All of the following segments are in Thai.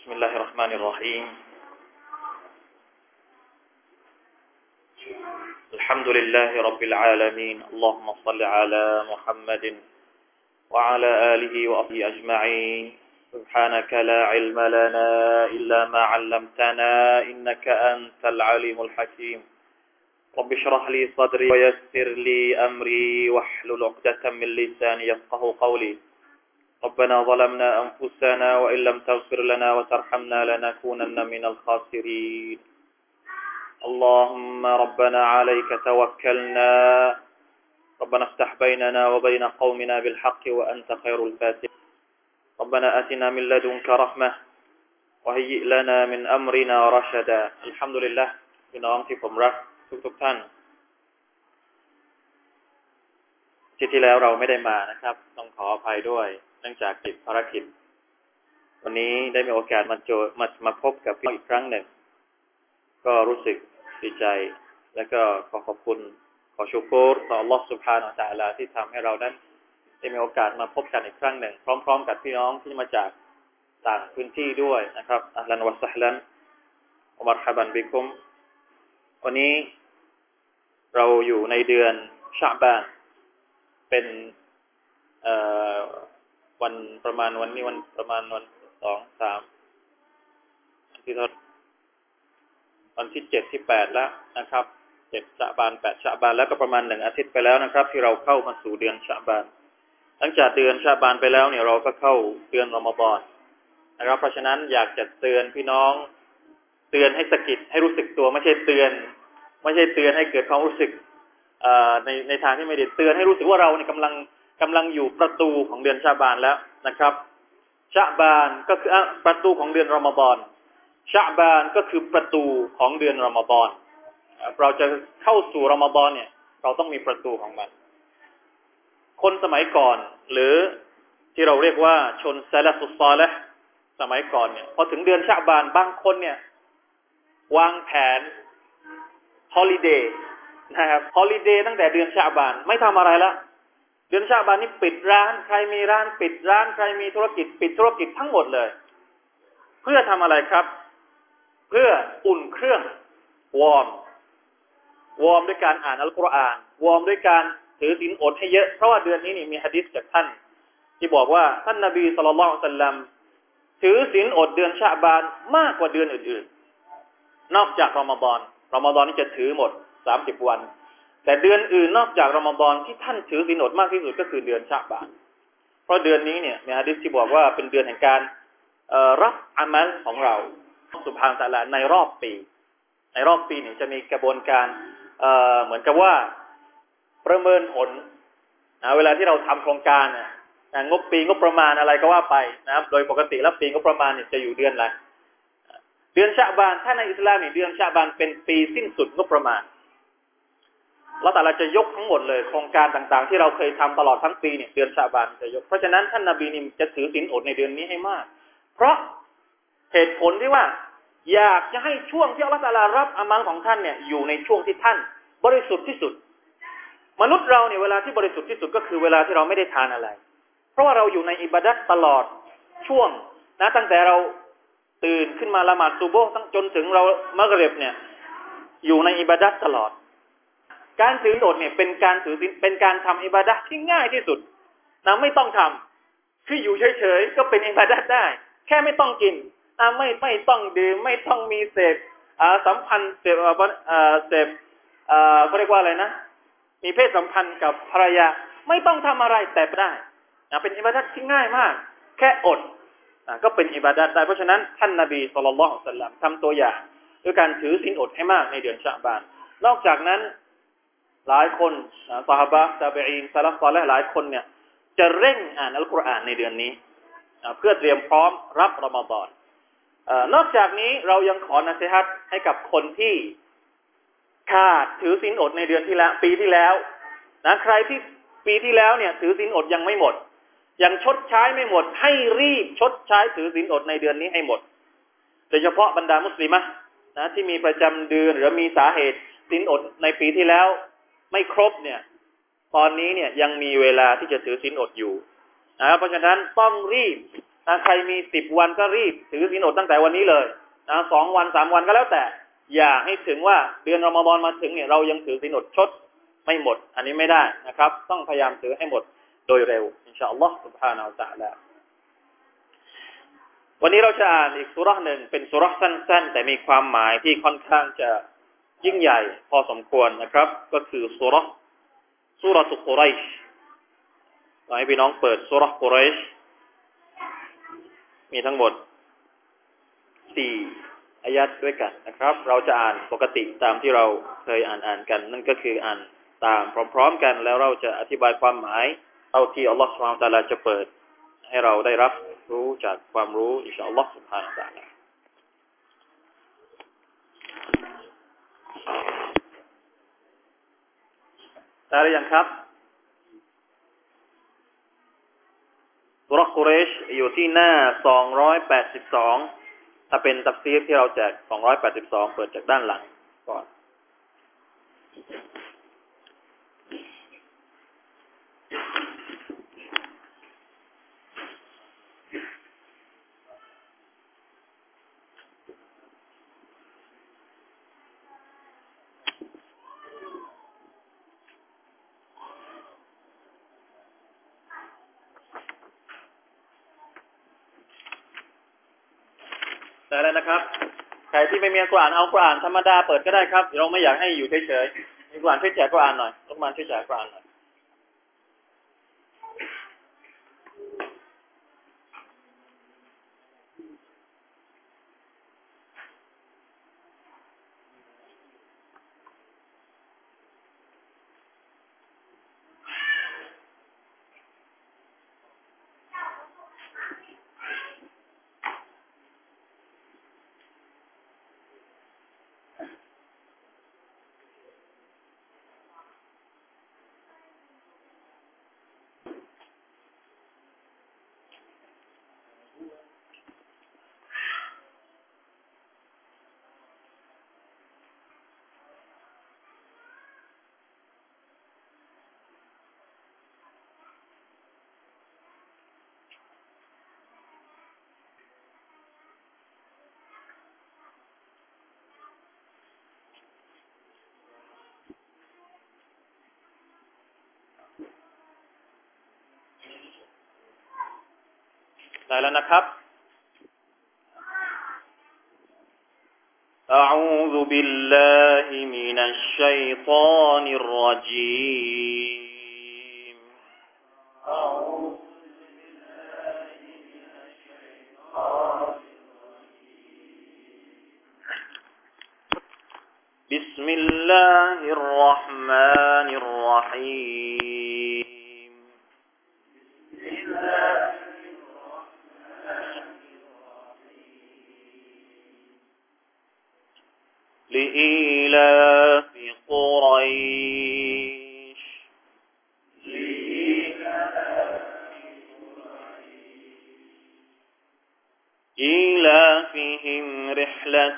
بسم الله الرحمن الرحيم الحمد لله رب العالمين اللهم صل على محمد وعلى آله وصحبه أجمعين سبحانك لا علم لنا إلا ما علمتنا إنك أنت العليم الحكيم رب اشرح لي صدري ويسر لي أمري واحلل عقدة من لساني يفقهوا قولي ربنا ظلمنا أنفسنا وإن لم تغفر لنا وترحمنا لنكونن من الخاسرين اللهم ربنا عليك توكلنا ربنا افتح بيننا وبين قومنا بالحق وأنت خير الفاتحين ربنا آتنا من لدنك رحمة وهيئ لنا من أمرنا رشدا الحمد لله พี่น้องที่ผมรักทุกท่านที่แล้วเราไม่ได้มานะครับต้องขออภัยด้วยเนื่องจากติดภารกิจวันนี้ได้มีโอกาสมาพบกับพี่อีกครั้งหนึ่งก็รู้สึกดีใจและก็ขอบคุณขอชูโกรต่อ Allah Subhanahu Wa Taala ที่ทำให้เรานั้นได้มีโอกาสมาพบกันอีกครั้งหนึ่งพร้อมๆกับพี่น้องที่มาจากต่างพื้นที่ด้วยนะครับอัลลันวะซัฮลันวะมัรฮะบันบิกุมวันนี้เราอยู่ในเดือนชะบานเป็นวันประมาณวันนี้วันประมาณวัน2 3วันที่7ที่8แล้วนะครับ7ชะบาน8ชะบานแล้วก็ประมาณ1อาทิตย์ไปแล้วนะครับที่เราเข้ามาสู่เดือนชะบานหลังจากเดือนชะบานไปแล้วเนี่ยเราก็เข้าเดือนรอมฎอนนะครับเพราะฉะนั้นอยากจะเตือนพี่น้องเตือนให้สะกิดให้รู้สึกตัวไม่ใช่เตือนให้เกิดความรู้สึกในทางที่ไม่ดีเตือนให้รู้สึกว่าเราเนี่ยกำลังอยู่ประตูของเดือนชะบานแล้วนะครับชะบานก็คือประตูของเดือนรอมฎอนชะบานก็คือประตูของเดือนรอมฎอนเราจะเข้าสู่รอมฎอนเนี่ยเราต้องมีประตูของมันคนสมัยก่อนหรือที่เราเรียกว่าชนซะละฟุศอลิห์สมัยก่อนเนี่ยพอถึงเดือนชะบานบางคนเนี่ยวางแผนฮอลิเดย์นะครับฮอลิเดย์ตั้งแต่เดือนชะบานไม่ทำอะไรละเดือนชะบานนี่ปิดร้านใครมีร้านปิดร้านใครมีธุรกิจปิดธุรกิจทั้งหมดเลยเพื่อทำอะไรครับเพื่ออุ่นเครื่องวอร์มด้วยการอ่านอัลกุรอานวอร์มด้วยการถือศีลอดให้เยอะเพราะว่าเดือนนี้นี่มีหะดีษจากท่านที่บอกว่าท่านนบีศ็อลลัลลอฮุอะลัยฮิวะซัลลัมถือศีลอดเดือนชะบานมากกว่าเดือนอื่นๆนอกจากรอมฎอนนี่จะถือหมด30วันแต่เดือนอื่นนอกจากรอมฎอนที่ท่านถือศีลอดมากที่สุดก็คือเดือนชะบานเพราะเดือนนี้เนี่ยมีหะดีษที่บอกว่าเป็นเดือนแห่งการรับอามัลของเราซุบฮานะฮูวะตะอาลาในรอบปีเนี่ยจะมีกระบวนการเหมือนกับว่าประเมินผลเวลาที่เราทำโครงการงบประมาณอะไรก็ว่าไปนะครับโดยปกติแล้วปีงบประมาณเนี่ยจะอยู่เดือนอะไรเดือนชะบานถ้าในอิสลามเนี่ยเดือนชะบานเป็นปีสิ้นสุดงบประมาณแล้วแต่เราจะยกทั้งหมดเลยโครงการต่างๆที่เราเคยทำตลอดทั้งปีเนี่ยเดือนชะบานจะยกเพราะฉะนั้นท่านนบีนี่จะถือศีลอดในเดือนนี้ให้มากเพราะเหตุผลที่ว่าอยากจะให้ช่วงที่อัลเลาะห์ตะอาลารับอามัลของท่านเนี่ยอยู่ในช่วงที่ท่านบริสุทธิ์ที่สุดมนุษย์เราเนี่ยเวลาที่บริสุทธิ์ที่สุดก็คือเวลาที่เราไม่ได้ทานอะไรเพราะว่าเราอยู่ในอิบาดะห์ตลอดช่วงนะตั้งแต่เราตื่นขึ้นมาละหมาดซุบฮ์จนถึงเรามักริบเนี่ยอยู่ในอิบาดะห์ตลอดการถือศีลเนี่ยเป็นการถือศีลเป็นการทำอิบาดะห์ที่ง่ายที่สุดนะไม่ต้องทำคืออยู่เฉยๆก็เป็นอิบาดะห์ได้แค่ไม่ต้องกินไม่ต้องดื่มไม่ต้องมีเสพสัมพันธ์เสพเขาเรียกว่าอะไรนะมีเพศสัมพันธ์กับภรรยาไม่ต้องทำอะไรแต่ได้เป็นอิบาดะห์ที่ง่ายมากแค่อดก็เป็นอิบาดะห์ได้เพราะฉะนั้นท่านนบีศ็อลลัลลอฮุอะลัยฮิวะซัลลัมทำตัวอย่างด้วยการถือศีลอดให้มากในเดือนชะบานนอกจากนั้นหลายคนซอฮาบะห์ตาบีอีนซะลัฟศอลิห์หลายคนเนี่ยจะเร่งอ่านอัลกุรอานในเดือนนี้เพื่อเตรียมพร้อมรับรอมฎอนนอกจากนี้เรายังขอนะซีฮัตให้กับคนที่ขาดถือศีลอดในเดือนที่แล้วปีที่แล้วนะใครที่ปีที่แล้วเนี่ยถือศีลอดยังไม่หมดยังชดใช้ไม่หมดให้รีบชดใช้ถือศีลอดในเดือนนี้ให้หมดโดยเฉพาะบรรดามุสลิมะนะที่มีประจำเดือนหรือมีสาเหตุศีลอดในปีที่แล้วไม่ครบเนี่ยตอนนี้เนี่ยยังมีเวลาที่จะถือศีลอดอยู่เพราะฉะนั้นต้องรีบใครมี10 วันก็รีบถือศีลอดตั้งแต่วันนี้เลย2 วัน3 วันก็แล้วแต่อย่าให้ถึงว่าเดือนรอมฎอนมาถึงเนี่ยเรายังถือศีลอดชดไม่หมดอันนี้ไม่ได้นะครับต้องพยายามถือให้หมดโดยเร็วอินชาอัลลอฮฺ سبحانه และ تعالى วันนี้เราจะอ่านอีกซูเราะห์หนึ่งเป็นซูเราะห์สั้นๆแต่มีความหมายที่ค่อนข้างจะยิ่งใหญ่พอสมควรนะครับก็คือซูเราะห์กุรอยช์ให้พี่น้องเปิดซูเราะห์กุรอยช์มีทั้งหมด4 อายะห์ด้วยกันนะครับเราจะอ่านปกติตามที่เราเคยอ่านกันนั่นก็คืออ่านตามพร้อมๆกันแล้วเราจะอธิบายความหมายเท่าที่อัลลอฮฺ سبحانه และ تعالى จะเปิดให้เราได้รับรู้จากความรู้อินชาอัลลอฮฺ سبحانه และ تعالى ได้หรือยังครับซูเราะห์กุรอยช์อยู่ที่หน้า282ถ้าเป็นตัฟซีรที่เราแจก282เปิดจากด้านหลังก่อนได้แล้วนะครับใครที่ไม่มีกุรอานเอากุรอานธรรมดาเปิดก็ได้ครับเราไม่อยากให้อยู่เฉยๆมีกุรอานช่วยแจกกุรอานหน่อยรบกวนช่วยแจกกุรอานหน่อยได้แล้วนะครับ أعوذ بالله من الشيطان الرجيم بسم الله الرحمن الرحيم لإيلاف قريش إيلافهم رحلة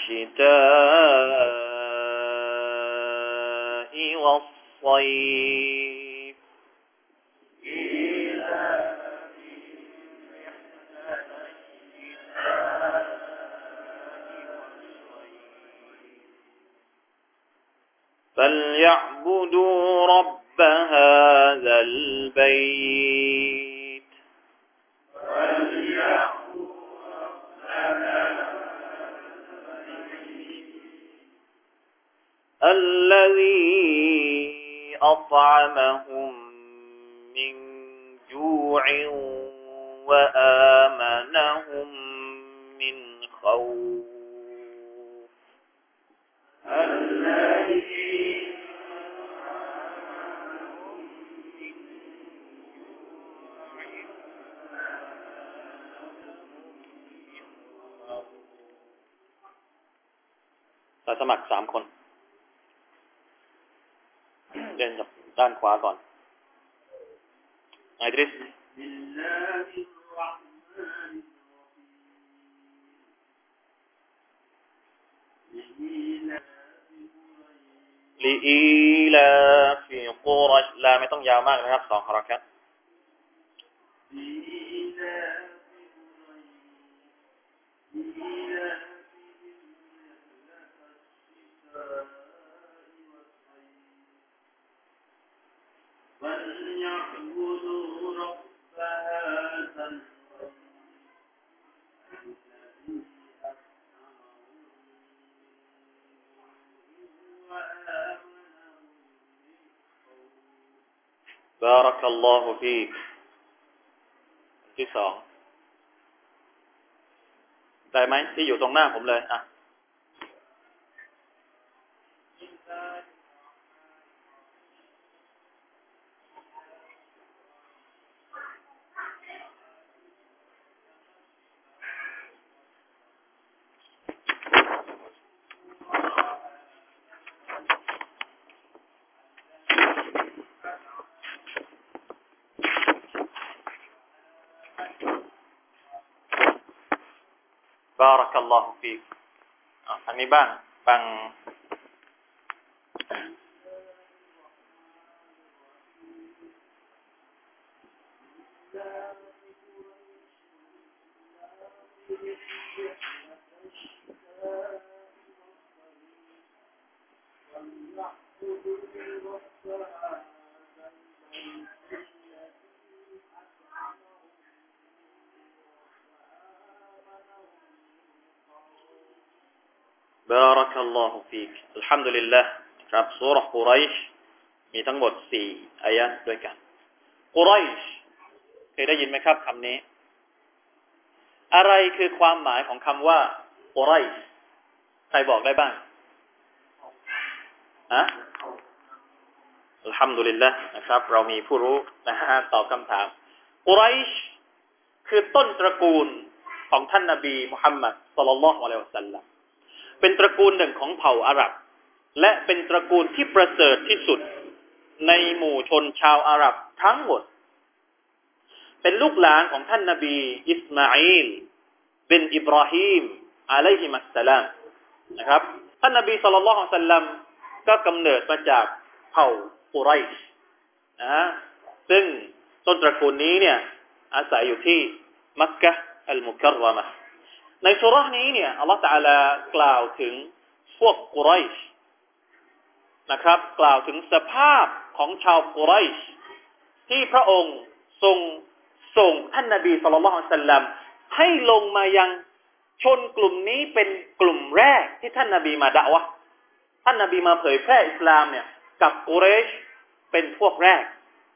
الشتاء والصيف فليعبدوا رب هذا البيت الذي أطعمهم من جوع وآمنهم من خوفสมัคร3 คนเดินจากด้านขวาก่อนไอดริสลีอีลาฟิกุรชลาไม่ต้องยาวมากนะครับ2 ฮะเราะกาตบารักัลลอฮุฟีกที่สองได้ไหมที่อยู่ตรงหน้าผมเลยอ่ะบารักัลลอฮุฟีกอันนี้บ้างฟังบารักัลลอฮุฟีกอัลฮัมดุลิลลาห์ครับซูเราะห์กุรอยชมีทั้งหมด4อายะห์ด้วยกันกุรอยชเคยได้ยินไหมครับคำนี้อะไรคือความหมายของคำว่ากุรอยชใครบอกได้บ้างฮะอัลฮัมดุลิลลาห์นะครับเรามีผู้รู้นะฮะตอบคำถามกุรอยชคือต้นตระกูลของท่านนบีมุฮัมมัดศ็อลลัลลอฮุอะลัยฮิวะซัลลัมเป็นตระกูลหนึ่งของเผ่าอาหรับและเป็นตระกูลที่ประเสริฐที่สุดในหมู่ชนชาวอาหรับทั้งหมดเป็นลูกหลานของท่านนบีอิสมาอีลบินอิบราฮิมอะลัยฮิมัสสลามนะครับท่านนบีศ็อลลัลลอฮุอะลัยฮิวะซัลลัมก็กำเนิดมาจากเผ่ากุไรชนะซึ่งต้นตระกูลนี้เนี่ยอาศัยอยู่ที่มักกะฮ์อัลมุคัรรมะห์ในซูเราะห์นี้เนี่ยอัลเลาะห์ตะอาลากล่าวถึงพวกกุไรชนะครับกล่าวถึงสภาพของชาวกุไรชที่พระองค์ทรงส่งท่านนบีศ็อลลัลลอฮุอะลัยฮิวะซัลลัมให้ลงมายังชนกลุ่มนี้เป็นกลุ่มแรกที่ท่านนบีมาดะอวะห์ท่านนบีมาเผยแพร่อิสลามเนี่ยกับกุเรชเป็นพวกแรก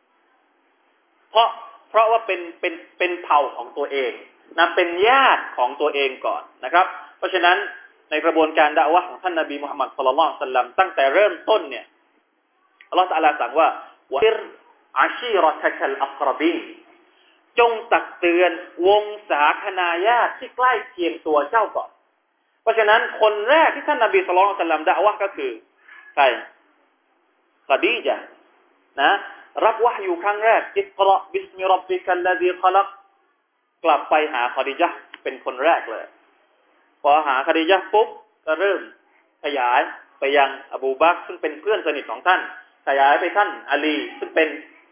เพราะว่าเป็นเผ่าของตัวเองนะเป็นญาติของตัวเองก่อนนะครับเพราะฉะนั้นในกระบวนการดะอวะห์ของท่านนบีมุฮัมมัดศ็อลลัลลอฮุอะลัยฮิวะซัลลัมตั้งแต่เริ่มต้นเนี่ยอัลเลาะห์ตะอาลาสั่งว่าวะอิรอาชีรอตะกัลอักรบีนจงตักเตือนวงศาคณาญาติที่ใกล้เคียงตัวเจ้าก่อนเพราะฉะนั้นคนแรกที่ท่านนบีศ็อลลัลลอฮุอะลัยฮิวะซัลลัมดะอวะห์ก็คือใครคอดีญะห์นะรับวะห์อยู่ครั้งแรกอิกเราะบิสมิร็อบบิกัลลซีคอลักกลับไปหาคอดีญะห์เป็นคนแรกเลยพอหาคอดีญะห์ปุ๊บก็เริ่มขยายไปยังอบูบักรซึ่งเป็นเพื่อนสนิทของท่านขยายไปท่านอาลีซึ่ง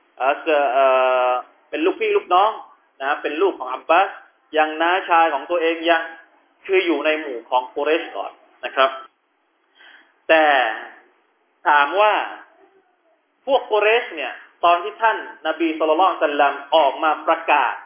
เป็นลูกพี่ลูกน้องนะเป็นลูกของอับบาสยังน้าชายของตัวเองยังคืออยู่ในหมู่ของกุเรชก่อนนะครับแต่ถามว่าพวกกุเรชเนี่ยตอนที่ท่านนบีศ็อลลัลลอฮุอะลัยฮิวะซัลลัมออกมาประกาศ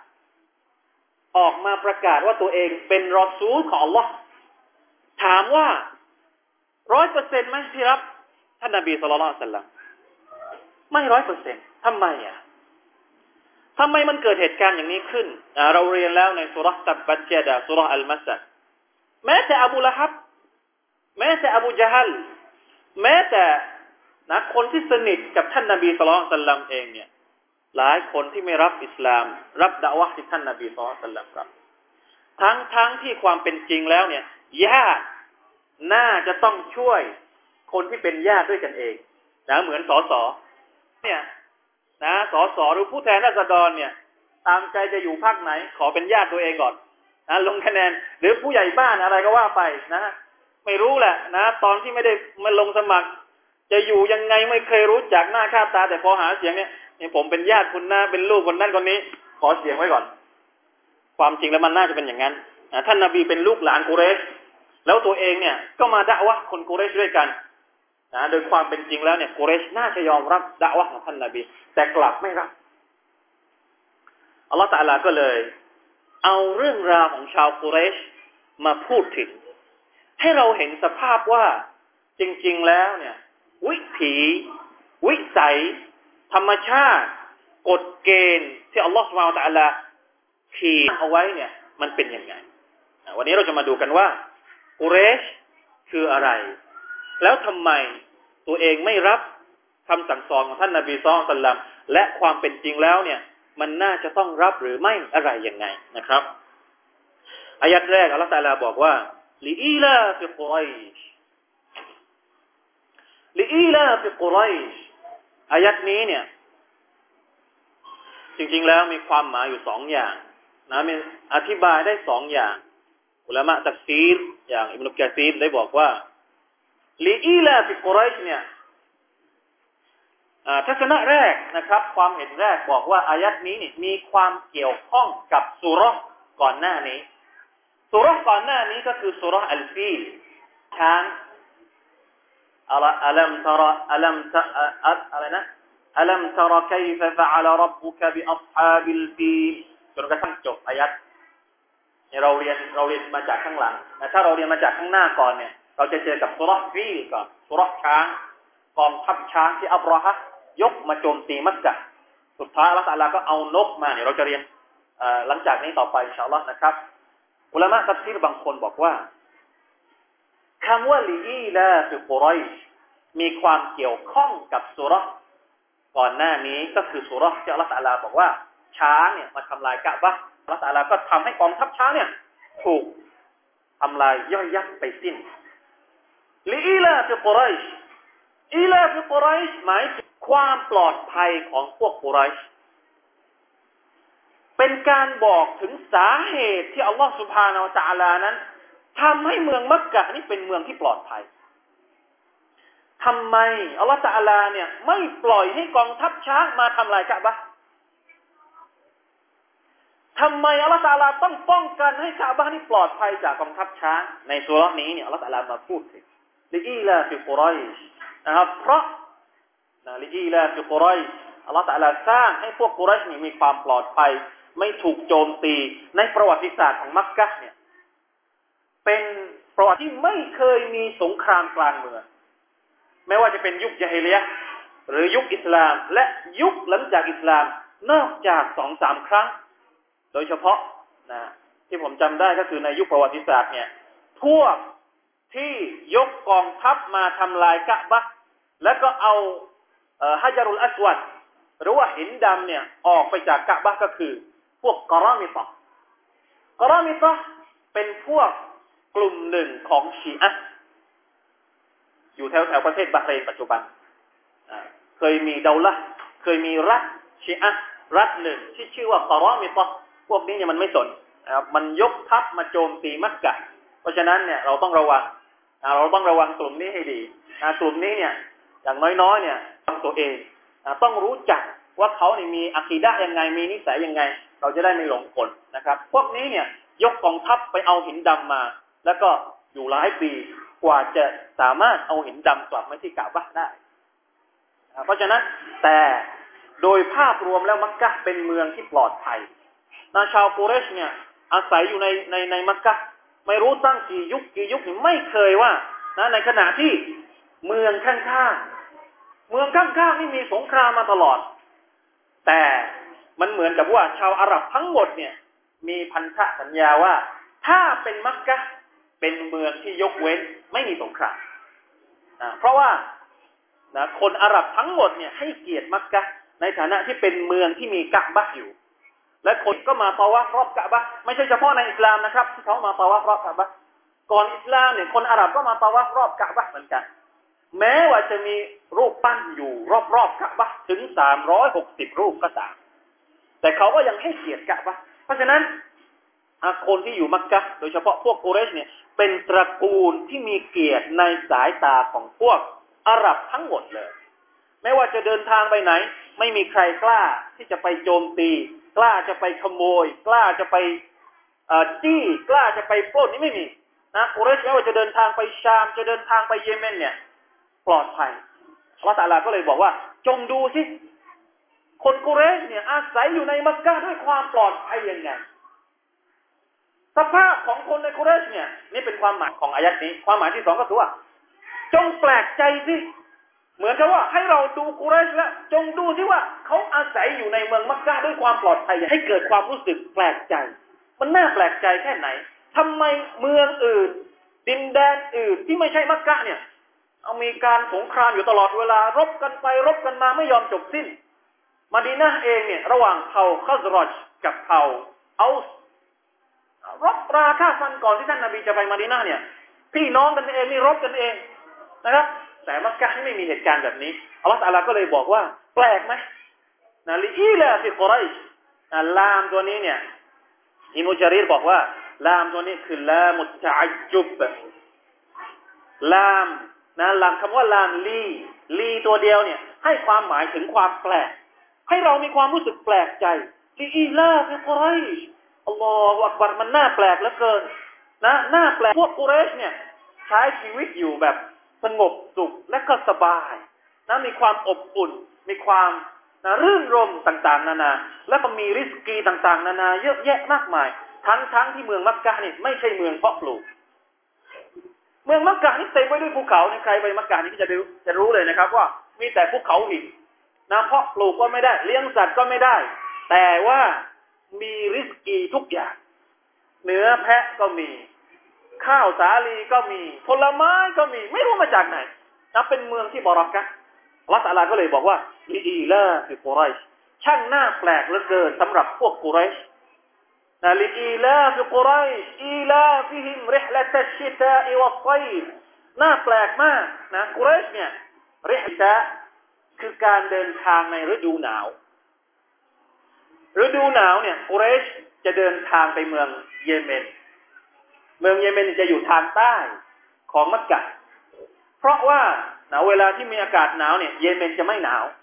ว่าตัวเองเป็นรอซูลของอัลลอฮ์ถามว่า 100% ไหมที่รับท่านนบีศ็อลลัลลอฮุอะลัยฮิวะซัลลัมไม่ 100% ทำไมทำไมมันเกิดเหตุการณ์อย่างนี้ขึ้นเราเรียนแล้วในซูเราะห์ตับบัตยะดาซูเราะห์อัลมัสดแม้แต่อบูละฮับแม้แต่อบูญะฮัลแม้แต่คนที่สนิทกับท่านนบีศ็อลลัลลอฮุอะลัยฮิวะซัลลัมเองเนี่ยหลายคนที่ไม่รับอิสลามรับดะอวะห์ที่ท่านนบีศ็อลลัลลอฮุอะลัยฮิวะซัลลัมรับทั้งที่ความเป็นจริงแล้วเนี่ยญาติน่าจะต้องช่วยคนที่เป็นญาติด้วยกันเองเหมือนสสเนี่ยสสหรือผู้แทนราษฎรเนี่ยตามใจจะอยู่พรรคไหนขอเป็นญาติตัวเองก่อนลงคะแนนหรือผู้ใหญ่บ้านอะไรก็ว่าไปไม่รู้แหละตอนที่ไม่ได้มาลงสมัครจะอยู่ยังไงไม่เคยรู้จักหน้าค่าตาแต่พอหาเสียงเนี่ยผมเป็นญาติคุณนะเป็นลูกคนนั้นคนนี้ขอเสียงไว้ก่อนความจริงแล้วมันน่าจะเป็นอย่างนั้นท่านนบีเป็นลูกหลานกุเรชแล้วตัวเองเนี่ยก็มาดะอ์วะห์คนกุเรชด้วยกันโดยความเป็นจริงแล้วเนี่ยกุเรชน่าจะยอมรับดะอ์วะห์ของท่านนบีแต่กลับไม่รับอัลลอฮฺตะอาลาก็เลยเอาเรื่องราวของชาวกุเรชมาพูดถึงให้เราเห็นสภาพว่าจริงๆแล้วเนี่ยวิถีวิสัยธรรมชาติกฎเกณฑ์ที่อัลลอฮฺซุบฮานะฮูวะตะอาลาขีดเอาไว้เนี่ยมันเป็นยังไงวันนี้เราจะมาดูกันว่ากุเรชคืออะไรแล้วทำไมตัวเองไม่รับคำสั่งสอนของท่านนบีศ็อลลัลลอฮุอะลัยฮิวะซัลลัมและความเป็นจริงแล้วเนี่ยมันน่าจะต้องรับหรือไม่อะไรยังไงนะครับอายะห์แรกอัลเลาะห์ตะอาลาบอกว่าลิอีลาฟิกุไรชลิอีลาฟิกุไรชอายะห์นี้เนี่ยจริงๆแล้วมีความหมายอยู่2อย่างนะมีอธิบายได้2อย่างอุลามะตัฟซีรอย่างอิบนุกะซีรได้บอกว่าลิอีลาฟิกุไรชเนี่ยทัศนะแรกนะครับความเห็นแรกบอกว่าอายะห์นี้นี่มีความเกี่ยวข้องกับซูเราะห์ก่อนหน้านี้ซูเราะห์ก่อนหน้านี้ก็คือซูเราะห์อัลฟีลช้างอัลัมตะรอะไรนะอัลัมตะรคัยฟะฟะอะลาร็อบบุกะบิอัศฮาบิลฟีลจนกระทั่งจบอายะห์เราเรียนมาจากข้างหลังถ้าเราเรียนมาจากข้างหน้าก่อนเนี่ยเราจะเจอกับซูเราะห์ฟีลก่อนซูเราะห์ช้างกองทัพช้างที่อับราฮะห์ยกมาโจมตีมักกะฮ์สุดท้ายอัลเลาะห์ตะอาลาก็เอานกมาเนี่ยเราจะเรียนหลังจากนี้ต่อไปอินชาอัลเลาะห์นะครับอุลามะตัฟซีรบางคนบอกว่าคำว่าลิอีลาฟิกุไรชมีความเกี่ยวข้องกับซูเราะห์ก่อนหน้านี้ก็คือซูเราะห์ที่อัลเลาะห์ตะอาลาบอกว่าช้างเนี่ยมาทำลายกะบะห์อัลเลาะห์ตะอาลาก็ทำให้กองทัพช้างเนี่ยถูกทำลายย่อยยับไปสิ้นลิอีลาฟิกุไรชอีลาฟิกุไรชหมายถึงความปลอดภัยของพวกกุไรชเป็นการบอกถึงสาเหตุที่อัลลอฮฺซุบฮานะฮูวะตะอาลานั้นทำให้เมืองมักกะฮ์นี้เป็นเมืองที่ปลอดภัยทำไมอัลลอฮฺตะอาลาเนี่ยไม่ปล่อยให้กองทัพช้างมาทำลายกะบะห์ทำไมอัลลอฮฺตะอาลาต้องป้องกันให้กะบะห์นี้ปลอดภัยจากกองทัพช้างในซูเราะห์นี้เนี่ยอัลลอฮฺตะอาลามาพูดถึงลิอีลาฟิกุไรชนะครับเพราะลิอีลาฟิกุไรชอัลลอฮฺตะอาลาสร้างให้พวกกุไรชมีความปลอดภัยไม่ถูกโจมตีในประวัติศาสตร์ของมักกะฮ์เนี่ยเป็นประวัติที่ไม่เคยมีสงครามกลางเมืองไม่ว่าจะเป็นยุคญะฮิลิยะห์หรือยุคอิสลามและยุคหลังจากอิสลามนอกจาก 2-3 ครั้งโดยเฉพาะที่ผมจำได้ก็คือในยุคประวัติศาสตร์เนี่ยพวกที่ยกกองทัพมาทำลายกะบะห์แล้วก็เอาฮะญะรุลอัสวัดหรือว่าหินดำเนี่ยออกไปจากกะบะห์ก็คือพวกกอรามิตะห์เป็นพวกกลุ่มหนึ่งของชีอะห์อยู่แถวประเทศบาห์เรนปัจจุบันเคยมีเดาละห์เคยมีรัฐชีอะห์รัฐหนึ่งที่ชื่อว่ากอรามิตะห์พวกนี้เนี่ยมันไม่สนมันยกทัพมาโจมตีมักกะฮ์เพราะฉะนั้นเนี่ยเราต้องระวังกลุ่มนี้ให้ดีกลุ่มนี้เนี่ยอย่างน้อยๆเนี่ยตัวเองต้องรู้จักว่าเขาเนี่ยมีอะกีดะห์ยังไงมีนิสัยยังไงเราจะได้ไม่หลงกลนะครับพวกนี้เนี่ยยกกองทัพไปเอาหินดำมาแล้วก็อยู่หลายปีกว่าจะสามารถเอาหินดำกลับมาที่กะบะห์ได้เพราะฉะนั้นแต่โดยภาพรวมแล้วมักกะฮ์เป็นเมืองที่ปลอดภัยชาวกุเรชเนี่ยอาศัยอยู่ในมักกะฮ์ไม่รู้ตั้งกี่ยุคไม่เคยว่าในขณะที่เมืองข้างๆนี่มีสงครามมาตลอดแต่มันเหมือนกับว่าชาวอาหรับทั้งหมดเนี่ยมีพันธสัญญาว่าถ้าเป็นมักกะฮ์เป็นเมืองที่ยกเว้นไม่มีสงครามเพราะว่าคนอาหรับทั้งหมดเนี่ยให้เกียรติมักกะฮ์ในฐานะที่เป็นเมืองที่มีกะบะห์อยู่และคนก็มาตะวาฟรอบกะบะห์ไม่ใช่เฉพาะในอิสลามนะครับที่เขามาตะวาฟรอบกะบะห์ก่อนอิสลามเนี่ยคนอาหรับก็มาตะวาฟรอบกะบะห์เหมือนกันแม้ว่าจะมีรูปปั้นอยู่รอบๆกะบะห์ถึง360รูปก็ตามแต่เขาก็ยังให้เกียรติกะบะห์เพราะฉะนั้นคนที่อยู่มักกะฮ์โดยเฉพาะพวกกุเรชเนี่ยเป็นตระกูลที่มีเกียรติในสายตาของพวกอาหรับทั้งหมดเลยไม่ว่าจะเดินทางไปไหนไม่มีใครกล้าที่จะไปโจมตีกล้าจะไปขโมยกล้าจะไปจี้กล้าจะไปปล้นนี่ไม่มีนะกุเรชไม่ว่าจะเดินทางไปชามจะเดินทางไปเยเมนเนี่ยปลอดภัยอัลเลาะห์ตะอาลาก็เลยบอกว่าจงดูสิคนกุเรชเนี่ยอาศัยอยู่ในมักกะฮ์ด้วยความปลอดภัยยังไงสภาพของคนในกุเรชเนี่ยนี่เป็นความหมายของอายัดนี้ความหมายที่สองก็คือว่าจงแปลกใจสิเหมือนกับว่าให้เราดูกุเรชแล้วจงดูสิว่าเขาอาศัยอยู่ในเมืองมักกะฮ์ด้วยความปลอดภัยให้เกิดความรู้สึกแปลกใจมันน่าแปลกใจแค่ไหนทำไมเมืองอื่นดินแดนอื่นที่ไม่ใช่มักกะฮ์เนี่ยเอามีการสงครามอยู่ตลอดเวลารบกันไปรบกันมาไม่ยอมจบสิ้นมะดีนะห์เองเนี่ยระหว่างเผ่าคัซรอจกับเผ่าเอาส์รบราฆ่าฟันก่อนที่ท่านนบีจะไปมะดีนะห์เนี่ยพี่น้องกันเองนี่รบกันเองนะครับแต่มักกะฮ์ไม่มีเหตุการณ์แบบนี้อัลเลาะห์ตะอาลาก็เลยบอกว่าแปลกไหมนะลิอีลาฟิกุไรชลามตัวนี้เนี่ยอิมุจารีรบอกว่าลามตัวนี้คือลามุตตะอัจจุบลามนะลามคำว่าลามลีตัวเดียวเนี่ยให้ความหมายถึงความแปลกให้เรามีความรู้สึกแปลกใจลิอีลาฟิกุไรชอัลลอฮฺอักบัรมันน่าแปลกเหลือเกินนะน่าแปลกพวกกุเรชเนี่ยใช้ชีวิตอยู่แบบสงบสุขและก็สบายนะมีความอบอุ่นมีความรื่นรมต่างๆนานาและก็มีริสกีต่างๆนานาเยอะแยะมากมายทั้งที่เมืองมักกะฮ์นี่ไม่ใช่เมืองเพาะปลูกเมืองมักกะฮ์นี่เต็มไปด้วยภูเขาใครไปมักกะฮ์นี่ก็จะรู้เลยนะครับว่ามีแต่ภูเขาหินนะเพาะปลูกก็ไม่ได้เลี้ยงสัตว์ก็ไม่ได้แต่ว่ามีริสกีทุกอย่างเนื้อแพะก็มีข้าวสาลีก็มีผลไม้ก็มีไม่รู้มาจากไหนนะเป็นเมืองที่บารอกะฮ์อัลเลาะห์ตะอาลาก็เลยบอกว่าลิอีลาฟิกุไรชช่างน่าแปลกเหลือเกินสำหรับพวกกุเรชนะลิอีลาฟิกุไรชอีลาฟิฮิมริฮละตัชชิตาอิวัศฏยฟน่าแปลกมากนะกุเรชเนี่ยริฮละคือการเดินทางในฤดูหนาวฤดูหนาวเนี่ยกุเรชจะเดินทางไปเมืองเยเมนเมืองเยเมนจะอยู่ทางใต้ของมักกะฮ์เพราะว่าเวลาที่มีอากาศหนาวเนี่ยเยเมนจะไม่หนาว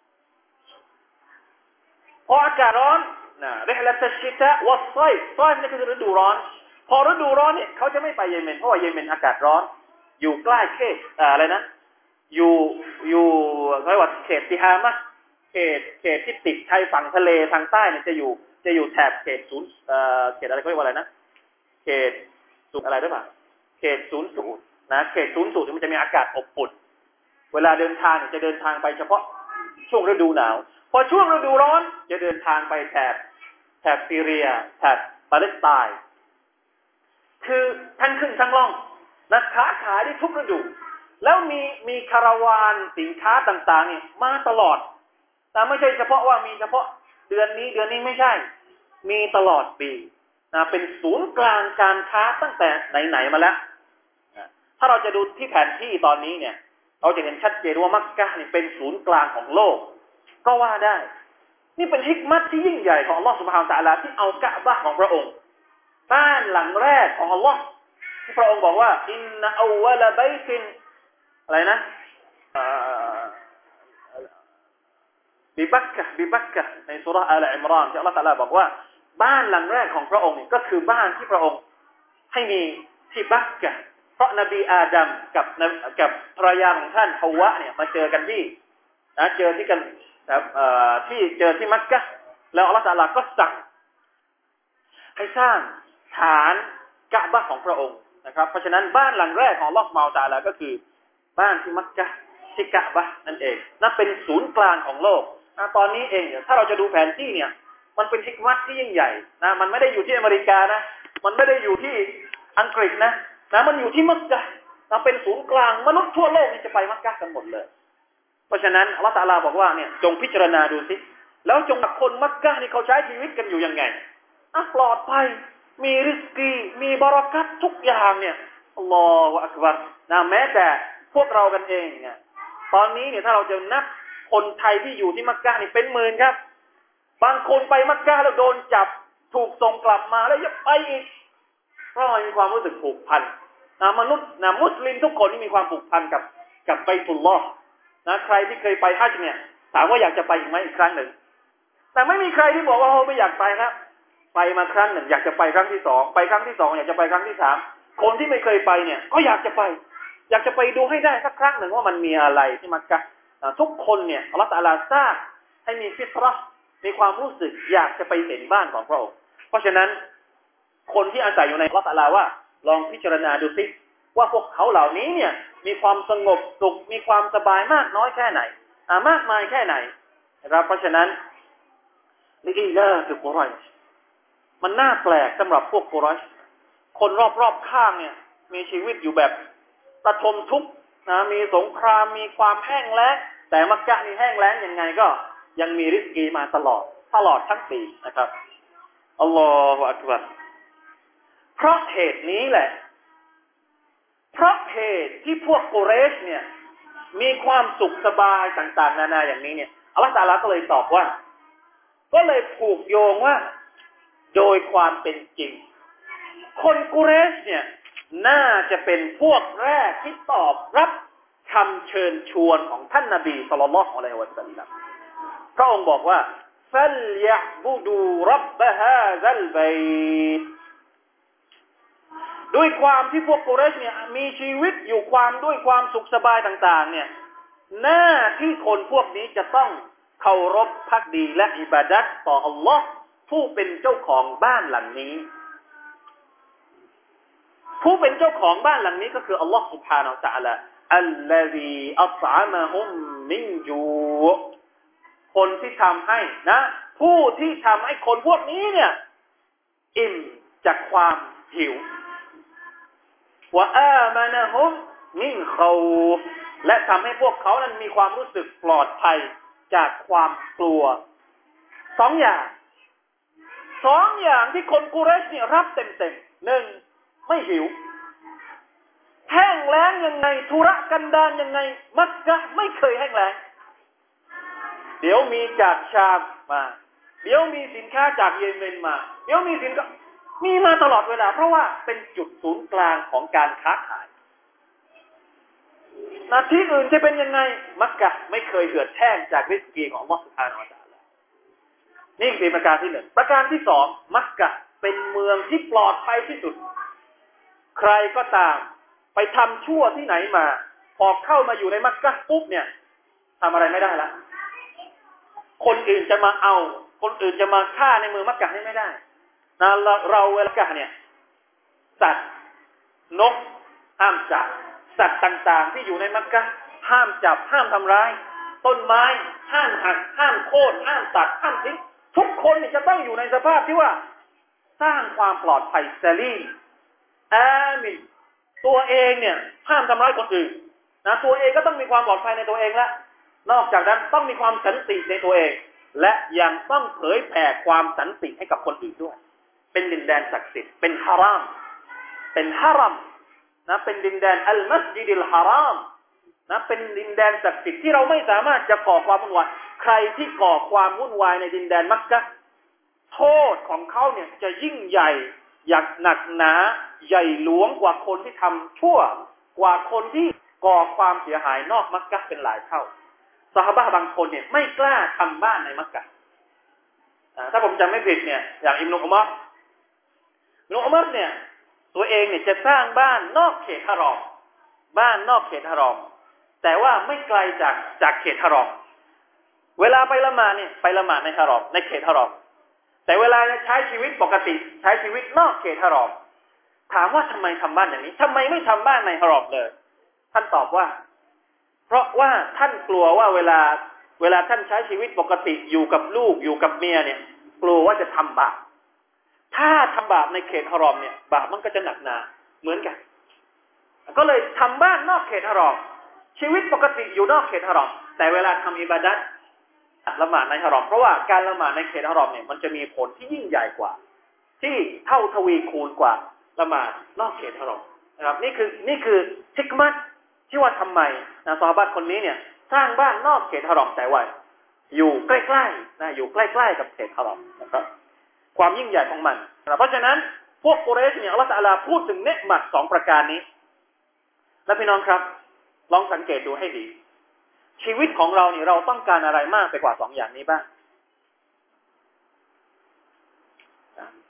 พออากาศร้อนริฮละตัชชิตะวัศฏยฟนี่คือฤดูร้อนพอฤดูร้อนเนี่ยเขาจะไม่ไปเยเมนเพราะว่าเยเมนอากาศร้อนอยู่ใกล้เขตอะไรนะอยู่เรียกว่าเขตติฮามะเขตที่ติดชายฝั่งทะเลทางใต้เนี่ยจะอยู่แถบเขตศูนย์เขตอะไรเขาเรียกว่าอะไรนะเขตศูนย์อะไรได้ป่ะเขต00นะเขต00มันจะมีอากาศอบอุ่นเวลาเดินทางจะเดินทางไปเฉพาะช่วงฤดูหนาวพอช่วงฤดูร้อนจะเดินทางไปแถบซีเรียแถบปาเลสไตน์คือทั้งขึ้นทั้งล่องนะค้าขายได้ทุกฤดูแล้วมีคาราวานสินค้าต่างๆนี่มาตลอดแต่ไม่ใช่เฉพาะว่ามีเฉพาะเดือนนี้ไม่ใช่มีตลอดปีนะเป็นศูนย์กลางการค้าตั้งแต่ไหนๆมาแล้วถ้าเราจะดูที่แผนที่ตอนนี้เนี่ยเราจะเห็นชัดเจนว่ามักกะฮ์นี่เป็นศูนย์กลางของโลกก็ว่าได้นี่เป็นฮิกมัตที่ยิ่งใหญ่ของอัลเลาะห์ซุบฮานะฮูวะตะอาลาที่เอากะอ์บะห์ของพระองค์บ้านหลังแรกของอัลเลาะห์ที่พระองค์บอกว่าอินนะอวัลบัยตินอะไรนะบิบักกะในซูเราะห์อาลอิมรานที่อัลเลาะห์ตะอาลาบอกว่าบ้านหลังแรกของพระองค์นี่ก็คือบ้านที่พระองค์ให้มีที่บักกะเพราะนบีอาดัมกับภรรยาของท่านฮาวะเนี่ยมาเจอกันที่เจอที่กันที่เจอที่มักกะฮ์แล้วอัลเลาะห์ตะอาลาก็สั่งให้สร้างฐานกะอ์บะห์ของพระองค์นะครับเพราะฉะนั้นบ้านหลังแรกของอัลเลาะห์ซุบฮานะฮูวะตะอาลาก็คือบ้านที่มักกะฮ์ที่กะอ์บะห์นั่นเองนั่นเป็นศูนย์กลางของโลกตอนนี้เองถ้าเราจะดูแผนที่เนี่ยมันเป็นฮิกมัตที่ยิ่งใหญ่นะมันไม่ได้อยู่ที่อเมริกานะมันไม่ได้อยู่ที่อังกฤษนะมันอยู่ที่มักกะฮ์เป็นศูนย์กลางมนุษย์ทั่วโลกนี่จะไปมักกะฮ์กันหมดเลยเพราะฉะนั้นอัลเลาะห์ตะอาลาบอกว่าเนี่ยจงพิจารณาดูสิแล้วจงคนมักกะฮ์นี่เขาใช้ชีวิตกันอยู่ยังไงปลอดภัยมีริสกีมีบารอกัตทุกอย่างเนี่ยอัลลอฮฺอักบัรแม้แต่พวกเรากันเองเนี่ยตอนนี้เนี่ยถ้าเราจะนับคนไทยที่อยู่ที่มักกะฮ์นี่เป็นหมื่นครับบางคนไปมักกะฮ์แล้วโดนจับถูกส่งกลับมาแล้วยังไปอีกเพราะมีความรู้สึกผูกพันมนุษย์มุสลิมทุกคนที่มีความผูกพันกับบัยตุลลอฮ์ใครที่เคยไปฮัจญ์เนี่ยถามว่าอยากจะไปอีกไหมอีกครั้งหนึ่งแต่ไม่มีใครที่บอกว่าไม่อยากไปครับไปมาครั้งหนึ่งอยากจะไปครั้งที่สองไปครั้งที่สองอยากจะไปครั้งที่สามคนที่ไม่เคยไปเนี่ยก็อยากจะไปดูให้ได้สักครั้งหนึ่งว่ามันมีอะไรที่มักกะทุกคนเนี่ยอัลเลาะห์ตะอาลาสร้างให้มีฟิตเราะห์มีความรู้สึกอยากจะไปเห็นบ้านของพระองค์เพราะฉะนั้นคนที่อาศัยอยู่ในอัลเลาะห์ตะอาลาว่าลองพิจารณาดูสิว่าพวกเขาเหล่านี้เนี่ยมีความสงบสุขมีความสบายมากน้อยแค่ไหนมากมายแค่ไหนนะครับเพราะฉะนั้นนี่ก็คือกุรอยชมันน่าแปลกสำหรับพวกกุรอยชคนรอบๆข้างเนี่ยมีชีวิตอยู่แบบประทมทุกข์นะมีสงครามมีความแห้งแล้งแต่มักกะนี่แห้งแล้งยังไงก็ยังมีริสกีมาตลอดทั้งปีนะครับอัลลอฮฺอักบัรเพราะเหตุนี้แหละเพราะเหตุที่พวกกุเรชเนี่ยมีความสุขสบายต่างๆนานาอย่างนี้เนี่ยอัลเลาะห์ตะอาลาก็เลยตอบว่าก็เลยผูกโยงว่าโดยความเป็นจริงคนกุเรชเนี่ยน่าจะเป็นพวกแรกที่ตอบรับคำเชิญชวนของท่านนบีศ็อลลัลลอฮุอะลัยฮิวะซัลลัมพระองค์บอกว่าฟัลยะบุดูร็อบบะฮาซัลบัยตด้วยความที่พวกกุเรชเนี่ยมีชีวิตอยู่ด้วยความสุขสบายต่างๆเนี่ยหน้าที่คนพวกนี้จะต้องเคารพภักดีและอิบาดัตต่ออัลลอฮ์ผู้เป็นเจ้าของบ้านหลังนี้ผู้เป็นเจ้าของบ้านหลังนี้ก็คืออัลลอฮ์ سبحانه และ تعالى อัลลซีอัฏอะมะฮุมมินญูคนที่ทำให้นะผู้ที่ทำให้คนพวกนี้เนี่ยอิ่มจากความหิววะอามานะฮุมมินคอฟและทำให้พวกเขานั้นมีความรู้สึกปลอดภัยจากความกลัวสองอย่างที่คนกุเรชเนี่ยรับเต็มๆหนึ่งไม่หิวแห้งแล้งยังไงทุรกันดารยังไงมักกะไม่เคยแห้งแล้งเดี๋ยวมีจากชามมาเดี๋ยวมีสินค้าจากเยเมนมาเดี๋ยวมีสินค้ามีมาตลอดเวลาเพราะว่าเป็นจุดศูนย์กลางของการค้าขายที่อื่นจะเป็นยังไงมักกะไม่เคยเหือดแห้งจากริสกีของอัลเลาะห์ซุบฮานะฮูวะตะอาลานี่คือประการที่หนึ่งประการที่สองมักกะเป็นเมืองที่ปลอดภัยที่สุดใครก็ตามไปทำชั่วที่ไหนมาพอเข้ามาอยู่ในมักกะปุ๊บเนี่ยทำอะไรไม่ได้ละคนอื่นจะมาเอาคนอื่นจะมาฆ่าในเมืองมักกะนี่ไม่ได้นะเราเวลากะเนี่ยสัตว์นกห้ามจับสัตว์ต่างๆที่อยู่ในมักกะห้ามจับห้ามทำร้ายต้นไม้ห้ามหักห้ามโค่นห้ามตัดห้ามทิ้งทุกคนจะต้องอยู่ในสภาพที่ว่าสร้างความปลอดภัยซาลีมอามินตัวเองเนี่ยห้ามทำร้ายคนอื่นนะตัวเองก็ต้องมีความปลอดภัยในตัวเองและนอกจากนั้นต้องมีความสันติในตัวเองและยังต้องเผยแผ่ความสันติให้กับคนอื่นด้วยเป็นดินแดนศักดิ์สิทธิ์เป็นฮารามนะเป็นดินแดนอัลมัสยิดิลฮารามนะเป็นดินแดนศักดิ์สิทธิ์ที่เราไม่สามารถจะก่อความวุ่นวายใครที่ก่อความวุ่นวายในดินแดนมักกะโทษของเขาเนี่ยจะยิ่งใหญ่อย่างหนักหนาใหญ่หลวงกว่าคนที่ทำชั่วกว่าคนที่ก่อความเสียหายนอกมักกะเป็นหลายเท่าซอฮาบะห์บางคนเนี่ยไม่กล้าทำบ้านในมักกะถ้าผมจำไม่ผิดเนี่ยอย่างอิบนุอุมัรเนี่ยตัวเองเนี่ยจะสร้างบ้านนอกเขตฮารอมแต่ว่าไม่ไกลจากเขตฮารอมเวลาไปละหมาดเนี่ยไปละหมาดในฮารอมในเขตฮารอมแต่เวลาใช้ชีวิตปกติใช้ชีวิตนอกเขตฮารอมถามว่าทำไมทำบ้านอย่างนี้ทำไมไม่ทำบ้านในฮารอมเลยท่านตอบว่าเพราะว่าท่านกลัวว่าเวลาท่านใช้ชีวิตปกติอยู่กับลูกอยู่กับเมียเนี่ยกลัวว่าจะทำบาปถ้าทำบาปในเขตฮารอมเนี่ยบาปมันก็จะหนักหนาเหมือนกันก็เลยทำบ้านนอกเขตฮารอมชีวิตปกติอยู่นอกเขตฮารอมแต่เวลาทำอิบาดัตละหมาดในฮารอมเพราะว่าการละหมาดในเขตฮารอมเนี่ยมันจะมีผลที่ยิ่งใหญ่กว่าที่เท่าทวีคูณกว่าละหมาดนอกเขตฮารอมนะครับนี่คือฮิกมัตที่ว่าทำไมซอฮาบะห์คนนี้เนี่ยสร้างบ้านนอกเขตฮารอมแต่ว่าอยู่ใกล้ๆนะอยู่ใกล้ๆกับเขตฮารอมนะครับความยิ่งใหญ่ของมันเพราะฉะนั้นพวกกุเรชเนี่ยอัลเลาะห์ตะอาลาพูดถึงเนืมัต2ประการนี้และพี่น้องครับลองสังเกตดูให้ดีชีวิตของเราเนี่ยเราต้องการอะไรมากไปกว่า2อย่างนี้บ้างช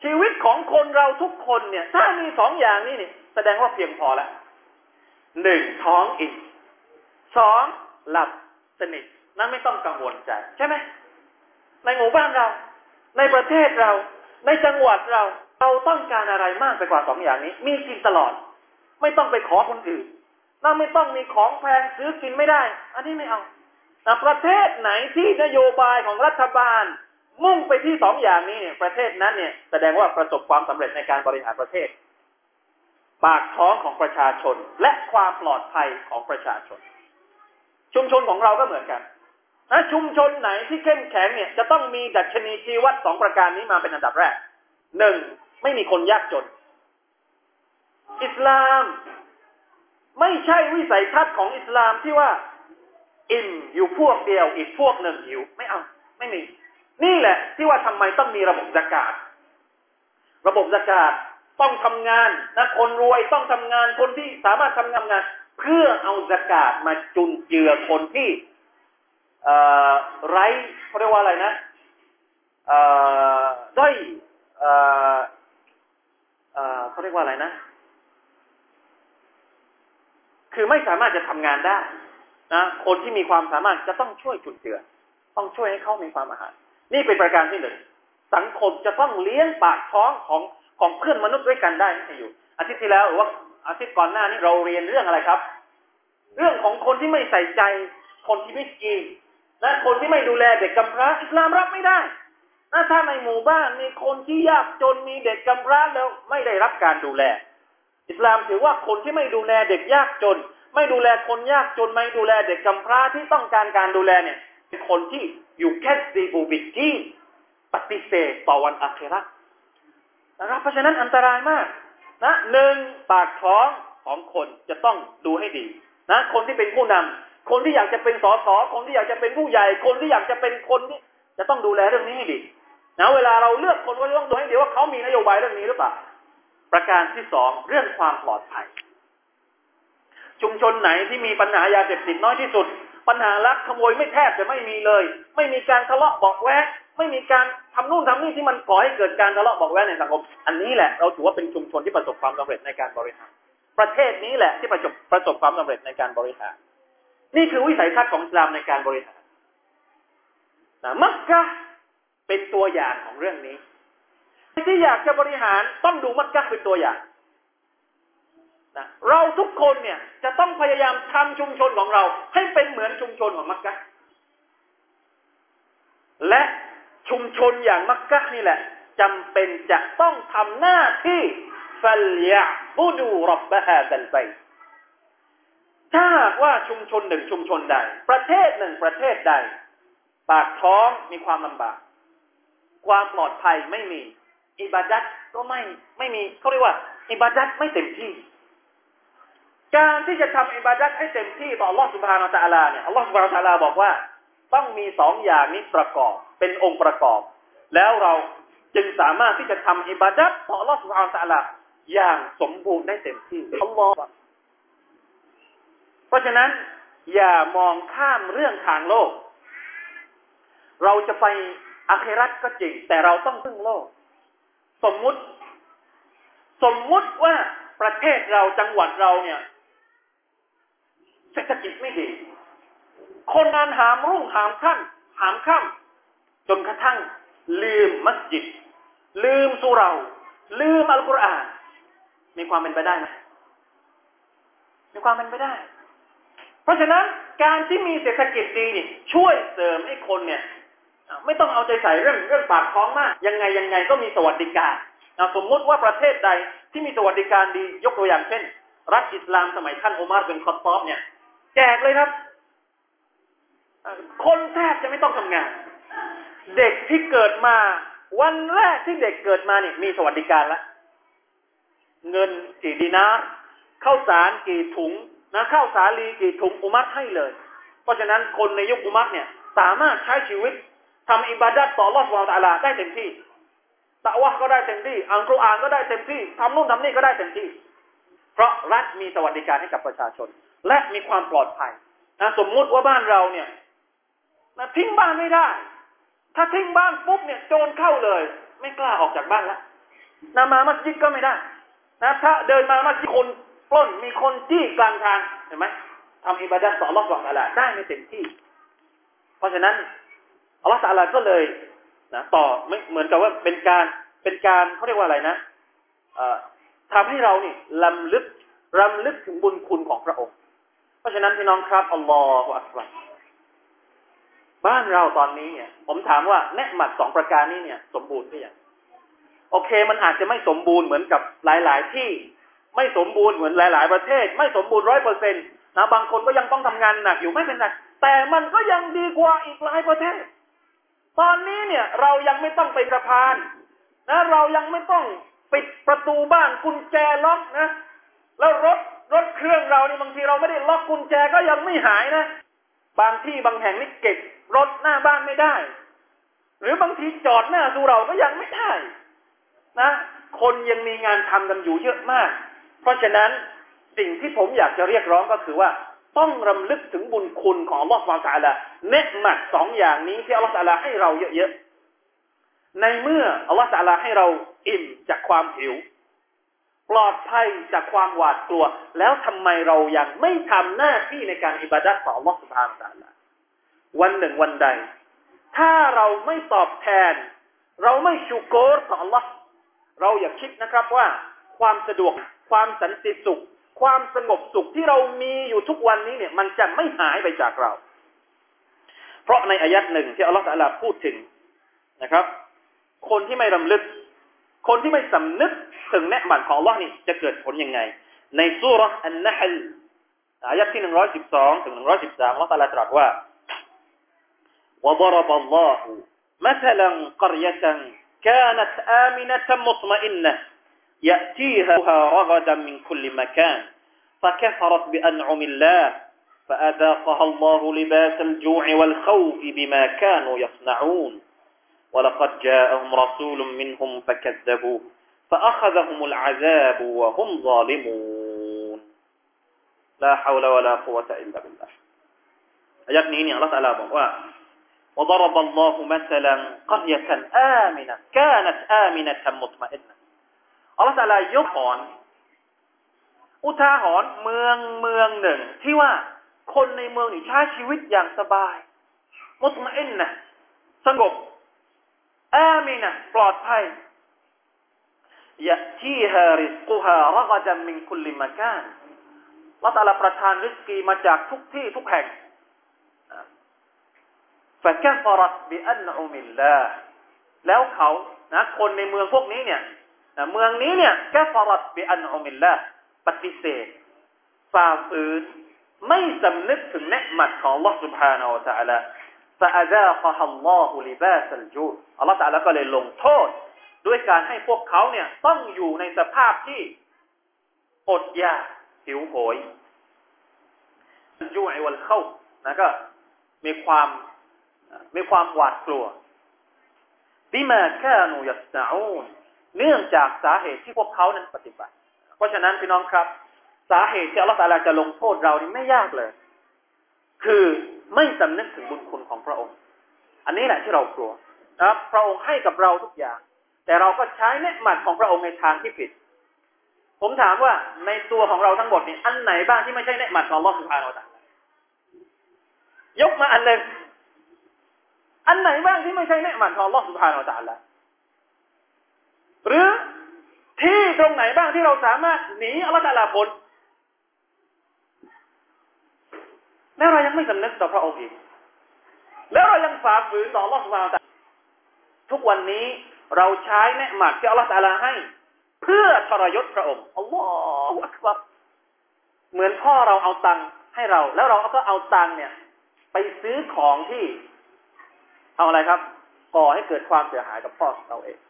ชีวิตของคนเราทุกคนเนี่ยถ้ามีสองอย่างนี้นี่แสดงว่าเพียงพอแล้วหนึ่งท้องอิ่มสองหลับสนิทนั่นไม่ต้องกังวลใจใช่ไหมในหมู่บ้านเราในประเทศเราในจังหวัดเราต้องการอะไรมากไปกว่าสองอย่างนี้มีกินตลอดไม่ต้องไปขอคนอื่นนั่นไม่ต้องมีของแพงซื้อกินไม่ได้อันนี้ไม่เอาประเทศไหนที่นโยบายของรัฐบาลมุ่งไปที่สองอย่างนี้เนี่ยประเทศนั้นเนี่ยแสดงว่าประสบความสำเร็จในการบริหารประเทศปากท้องของประชาชนและความปลอดภัยของประชาชนชุมชนของเราก็เหมือนกันชุมชนไหนที่เข้มแข็งเนี่ยจะต้องมีดัชนีชีวัดสองประการนี้มาเป็นอันดับแรกหนึ่งไม่มีคนยากจนอิสลามไม่ใช่วิสัยทัศน์ของอิสลามที่ว่าอิ่มอยู่พวกเดียวอีกพวกหนึ่งหิวไม่เอาไม่มีนี่แหละที่ว่าทำไมต้องมีระบบซะกาตต้องทำงานนะคนรวยต้องทำงานคนที่สามารถทำงานเพื่อเอาซะกาตมาจุนเจือคนที่ไร้เขาเรียกว่าอะไรนะด้อยเขาเรียกว่าอะไรนะคือไม่สามารถจะทำงานได้นะคนที่มีความสามารถจะต้องช่วยจุนเจือต้องช่วยให้เขามีความอาหารนี่เป็นประการที่หนึ่งสังคมจะต้องเลี้ยงปากท้องของเพื่อนมนุษย์ด้วยกันได้ไม่อยู่อาทิตย์ที่แล้วหรือว่าอาทิตย์ก่อนหน้านี้เราเรียนเรื่องอะไรครับเรื่องของคนที่ไม่ใส่ใจคนที่ไม่กินและคนที่ไม่ดูแลเด็กกำพร้าอิสลามรับไม่ได้ถ้าในหมู่บ้านมีคนที่ยากจนมีเด็กกำพร้าแล้วไม่ได้รับการดูแลอิสลามถือว่าคนที่ไม่ดูแลเด็กยากจนไม่ดูแลคนยากจนไม่ดูแลเด็กกำพร้าที่ต้องการดูแลเนี่ยเป็นคนที่อยู่แค่ซีบูบิกีปฏิเสธต่อวันอาคิเราะห์นะครับเพราะฉะนั้นอันตรายมากนะหนึ่งปากท้องของคนจะต้องดูให้ดีนะคนที่เป็นผู้นำคนที่อยากจะเป็นสสคนที่อยากจะเป็นผู้ใหญ่คนที่อยากจะเป็นคนที่จะต้องดูแลเรื่องนี้ให้ดีนะเวลาเราเลือกคนก็ต้องดูให้ดีว่าเขามีนโยบายเรื่องนี้หรือเปล่าประการที่สองเรื่องความปลอดภัยชุมชนไหนที่มีปัญหายาเสพติดน้อยที่สุดปัญหาลักขโมยไม่แทบจะไม่มีเลยไม่มีการทะเลาะเบาะแว้งไม่มีการทำนู่นทำนี่ที่มันก่อให้เกิดการทะเลาะเบาะแว้งในสังคมอันนี้แหละเราถือว่าเป็นชุมชนที่ประสบความสำเร็จในการบริหารประเทศนี้แหละที่ประสบความสำเร็จในการบริหารนี่คือวิสัยทัศน์ของอิสลามในการบริหารมักกะฮ์เป็นตัวอย่างของเรื่องนี้ที่อยากจะบริหารต้องดูมักกะฮ์เป็นตัวอย่างเราทุกคนเนี่ยจะต้องพยายามทำชุมชนของเราให้เป็นเหมือนชุมชนของมักกะฮ์และชุมชนอย่างมักกะฮ์นี่แหละจำเป็นจะต้องทำหน้าที่ฟัลยะบุดูร็อบบะฮาซัลบัยต์ถ้าว่าชุมชนหนึ่งชุมชนใดประเทศหนึ่งประเทศใดปากท้องมีความลำบากความปลอดภัยไม่มีอิบาดัตก็ไม่มีเขาเรียกว่าอิบาดัตไม่เต็มที่การที่จะทำอิบาดัตให้เต็มที่ต่ออัลเลาะห์ซุบฮานะฮูวะตะอาลาเนี่ยอัลเลาะห์ซุบฮานะฮูวะตะอาลาบอกว่าต้องมีสองอย่างนี้ประกอบเป็นองค์ประกอบแล้วเราจึงสามารถที่จะทำอิบาดัตต่ออัลเลาะห์ซุบฮานะฮูวะตะอาลาอย่างสมบูรณ์ได้เต็มที่อัลลอฮฺเพราะฉะนั้นอย่ามองข้ามเรื่องทางโลกเราจะไปอาคิเราะห์ก็จริงแต่เราต้องพึ่งโลกสมมุติว่าประเทศเราจังหวัดเราเนี่ยเศรษฐกิจไม่ดีคนงานหามรุ่งหามค่ำจนกระทั่งลืมมัสยิดลืมสุเราะห์ลืมอัลกุรอานมีความเป็นไปได้ไหมมีความเป็นไปได้เพราะฉะนั้นการที่มีเศรษฐกิจดีนี่ช่วยเสริมให้คนเนี่ยไม่ต้องเอาใจใส่เรื่องปากท้องมากยังไงก็มีสวัสดิการสมมุติว่าประเทศใดที่มีสวัสดิการดียกตัวอย่างเช่นรัฐอิสลามสมัยท่านอุมัรบินค็อฏฏอบเนี่ยแจกเลยครับคนแทบจะไม่ต้องทำงานเด็กที่เกิดมาวันแรกที่เด็กเกิดมาเนี่ยมีสวัสดิการแล้วเงินกี่ดินาร์ข้าวสารกี่ถุงข้าวสาลีกี่ถุงอุมัรให้เลยเพราะฉะนั้นคนในยุคอุมัรเนี่ยสามารถใช้ชีวิตทำอิบาดัตต่ออัลเลาะห์ซุบฮานะฮูวะตะอาลาได้เต็มที่ตะวะห์ก็ได้เต็มที่อ่านกุรอานก็ได้เต็มที่ทำนู่นทำนี่ก็ได้เต็มที่เพราะรัฐมีสวัสดิการให้กับประชาชนและมีความปลอดภัยสมมุติว่าบ้านเราเนี่ยทิ้งบ้านไม่ได้ถ้าทิ้งบ้านปุ๊บเนี่ยโจรเข้าเลยไม่กล้าออกจากบ้านละมามัสยิดก็ไม่ได้นะถ้าเดินมามัสยิดคนปล้นมีคนจี้กลางทางเห็นไหมทำอิบาดะห์ต่ออัลเลาะห์ซุบฮานะฮูวะตะอาลาได้ไม่เต็มที่เพราะฉะนั้นอัลเลาะห์ตะอาลาก็เลยนะต่อไม่เหมือนกับว่าเป็นการเขาเรียกว่าอะไรนะทำให้เรานี่รำลึกถึงบุญคุณของพระองค์เพราะฉะนั้นพี่น้องครับอัลลอฮฺอักบัรบ้านเราตอนนี้เนี่ยผมถามว่าเนืหมัด2ประการนี้เนี่ยสมบูรณ์หรือยังโอเคมันอาจจะไม่สมบูรณ์เหมือนกับหลายๆที่ไม่สมบูรณ์เหมือนหลายๆประเทศไม่สมบูรณ์ 100% นะบางคนก็ยังต้องทำงานหนักอยู่ไม่เป็นไรแต่มันก็ยังดีกว่าอีกหลายประเทศตอนนี้เนี่ยเรายังไม่ต้องไปสะพานนะเรายังไม่ต้องปิดประตูบ้านกุญแจล็อกนะแล้วรถเครื่องเรานี่บางทีเราไม่ได้ล็อกกุญแจก็ยังไม่หายนะบางที่บางแห่งนี่เก็บรถหน้าบ้านไม่ได้หรือบางทีจอดหน้าสู่เราก็ยังไม่ได้นะคนยังมีงานทำกันอยู่เยอะมากเพราะฉะนั้นสิ่งที่ผมอยากจะเรียกร้องก็คือว่าต้องรำลึกถึงบุญคุณของอัลลอฮฺซุบฮานะฮูวะตะอาลาเนืหมัด2อย่างนี้ที่อัลลอฮฺตะอาลาให้เราเยอะๆในเมื่ออัลลอฮฺตะอาลาให้เราอิ่มจากความหิวปลอดภัยจากความหวาดกลัวแล้วทำไมเรายังไม่ทำหน้าที่ในการอิบาดะห์ต่ออัลลอฮฺซุบฮานะฮูวะตะอาลาวันหนึ่งวันใดถ้าเราไม่ตอบแทนเราไม่ชูโกรต่ออัลลอฮฺเราอย่าคิดนะครับว่าความสะดวกความสันติสุขความสงบสุขที่เรามีอยู่ทุกวันนี้เนี่ยมันจะไม่หายไปจากเราเพราะในอายัดหนึ่งที่อัลลอฮฺตะอาลาพูดถึงนะครับคนที่ไม่รำลึกคนที่ไม่สำนึกถึงเนืหมัดของอัลลอฮฺนี่จะเกิดผลยังไงในซูเราะห์อันนะห์ลอายัดที่112ถึง113อัลลอฮฺตะอาลาตรัสว่า وضرب الله مثلا قرية كانت آمنة مطمئنة يأتيها رغدا من كل مكان فكفرت بأنعم الله فأذاقها الله لباس الجوع والخوف بما كانوا يصنعون ولقد جاءهم رسول منهم فكذبوه فأخذهم العذاب وهم ظالمون لا حول ولا قوة إلا بالله อายัดนี้เนี่ยอัลเลาะห์ตะอาลาบอกว่า وضرب الله مثلا قرية آمنة كانت آمنة مطمئنة อัลเลาะห์ตะอาลายกอุทาหรณ์เมืองหนึ่งที่ว่าคนในเมืองนี่ใช้ชีวิตอย่างสบายมุตมะอินนะสงบอามินะปลอดภัยยะทีฮาริซกุฮารกดัมมินคุลลิมะกานอัลเลาะห์ตะอาลาประทานริซกีมาจากทุกที่ทุกแห่งفكفرت بأنعم الله แล้วเขานะคนในเมืองพวกนี้เนี่ยเมืองนี้เนี่ยكفرت بأنعم الله ปฏิเสธฝ่าฝืนไม่สำนึกถึงเนืหมัดของ Allah سبحانه และ تعالى فأذاقها الله لباس الجوع อัลเลาะห์ตะอาลาก็เลยลงโทษด้วยการให้พวกเขาเนี่ยต้องอยู่ในสภาพที่อดอยากหิวโหยจู่วัลเข้านะก็มีความหวาดกลัวบิมาคานูยัสนาอูนเนื่องจากสาเหตุที่พวกเขานั้นปฏิบัติเพราะฉะนั้นพี่น้องครับสาเหตุที่อัลเลาะห์ตะอาลาจะลงโทษเรานี่ไม่ยากเลยคือไม่สำนึกถึงบุญคุณของพระองค์อันนี้แหละที่เรากลัวนะครับพระองค์ให้กับเราทุกอย่างแต่เราก็ใช้เนืหมัดของพระองค์ในทางที่ผิดผมถามว่าในตัวของเราทั้งหมดนี่อันไหนบ้างที่ไม่ใช่เนืหมัดของอัลเลาะห์ซุบฮานะฮูวะตะอาลายกมาอันนึงอันไหนบ้างที่ไม่ใช่เนืหมัดของอัลเลาะห์ซุบฮานะฮูวะตะอาลาหรือที่ตรงไหนบ้างที่เราสามารถหนีอัลเลาะห์ตะอาลาพ้นแล้วเรายังไม่สำนึกต่อพระองค์อีกแล้วเรายังฝ่าฝืนต่ออัลเลาะห์ซุบฮานะฮูวะตะอาลาทุกวันนี้เราใช้เนืหมัดที่อัลเลาะห์ตะอาลาให้เพื่อทรยศพระองค์อัลลอฮฺอักบัรเหมือนพ่อเราเอาตังค์ให้เราแล้วเราก็เอาตังค์เนี่ยไปซื้อของที่เอาอะไรครับก่อให้เกิดความเสียหายกับพ่อของเราเอง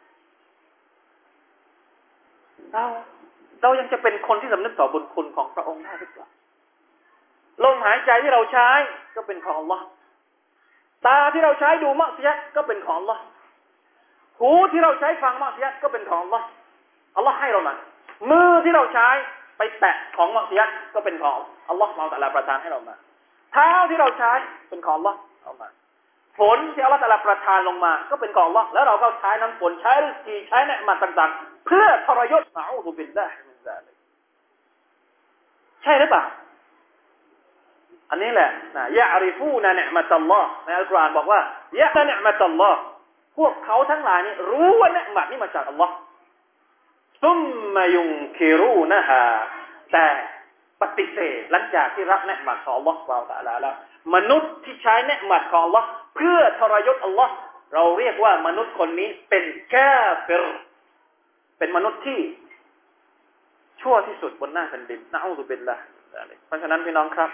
เรายังจะเป็นคนที่สำนึกต่อบุญคุณของพระองค์ได้หรือเปล่าลมหายใจที่เราใช้ก็เป็นของอัลลอฮ์ตาที่เราใช้ดูมักซิยะห์ก็เป็นของอัลลอฮ์หูที่เราใช้ฟังมักซิยะห์ก็เป็นของอัลลอฮ์อัลลอฮ์ให้เรามามือที่เราใช้ไปแตะของมักซิยะห์ก็เป็นของอัลลอฮ์ซุบฮานะฮูวะตะอาลาประทานให้เรามาเท้าที่เราใช้เป็นของอัลลอฮ์เอามาฝนที่อัลเลาะห์ตะอาลาประทานลงมาก็เป็นของอัลเลาะห์แล้วเราก็ใช้น้ำฝนใช้ริสกีใช้เนืมัดต่างๆเพื่อทรยศนะอูซุบิลลาฮิมินซาลิกใช่หรือเปล่าอันนี้แหละนะยะอริฟูนะนิอ์มะตัลลอฮ์ในอัลกุรอานบอกว่ายะนิอ์มะตัลลอฮ์พวกเขาทั้งหลายนี่รู้ว่านิอ์มะนี้มาจากอัลลอฮ์ซุมมะยุนกิรูนะฮาแต่ปฏิเสธหลังจากที่รับนิอ์มะของอัลลอฮ์ซุบฮานะฮูวะตะอาลาแล้วมนุษย์ที่ใช้นิอ์มะของอัลลอฮ์เพื่อทรยศอัลลอฮ์เราเรียกว่ามนุษย์คนนี้เป็นกาฟิรเป็นมนุษย์ที่ชั่วที่สุดบนหน้าแผ่นดินนะอูซุบิลลาฮ์เพราะฉะนั้นพี่น้องครับ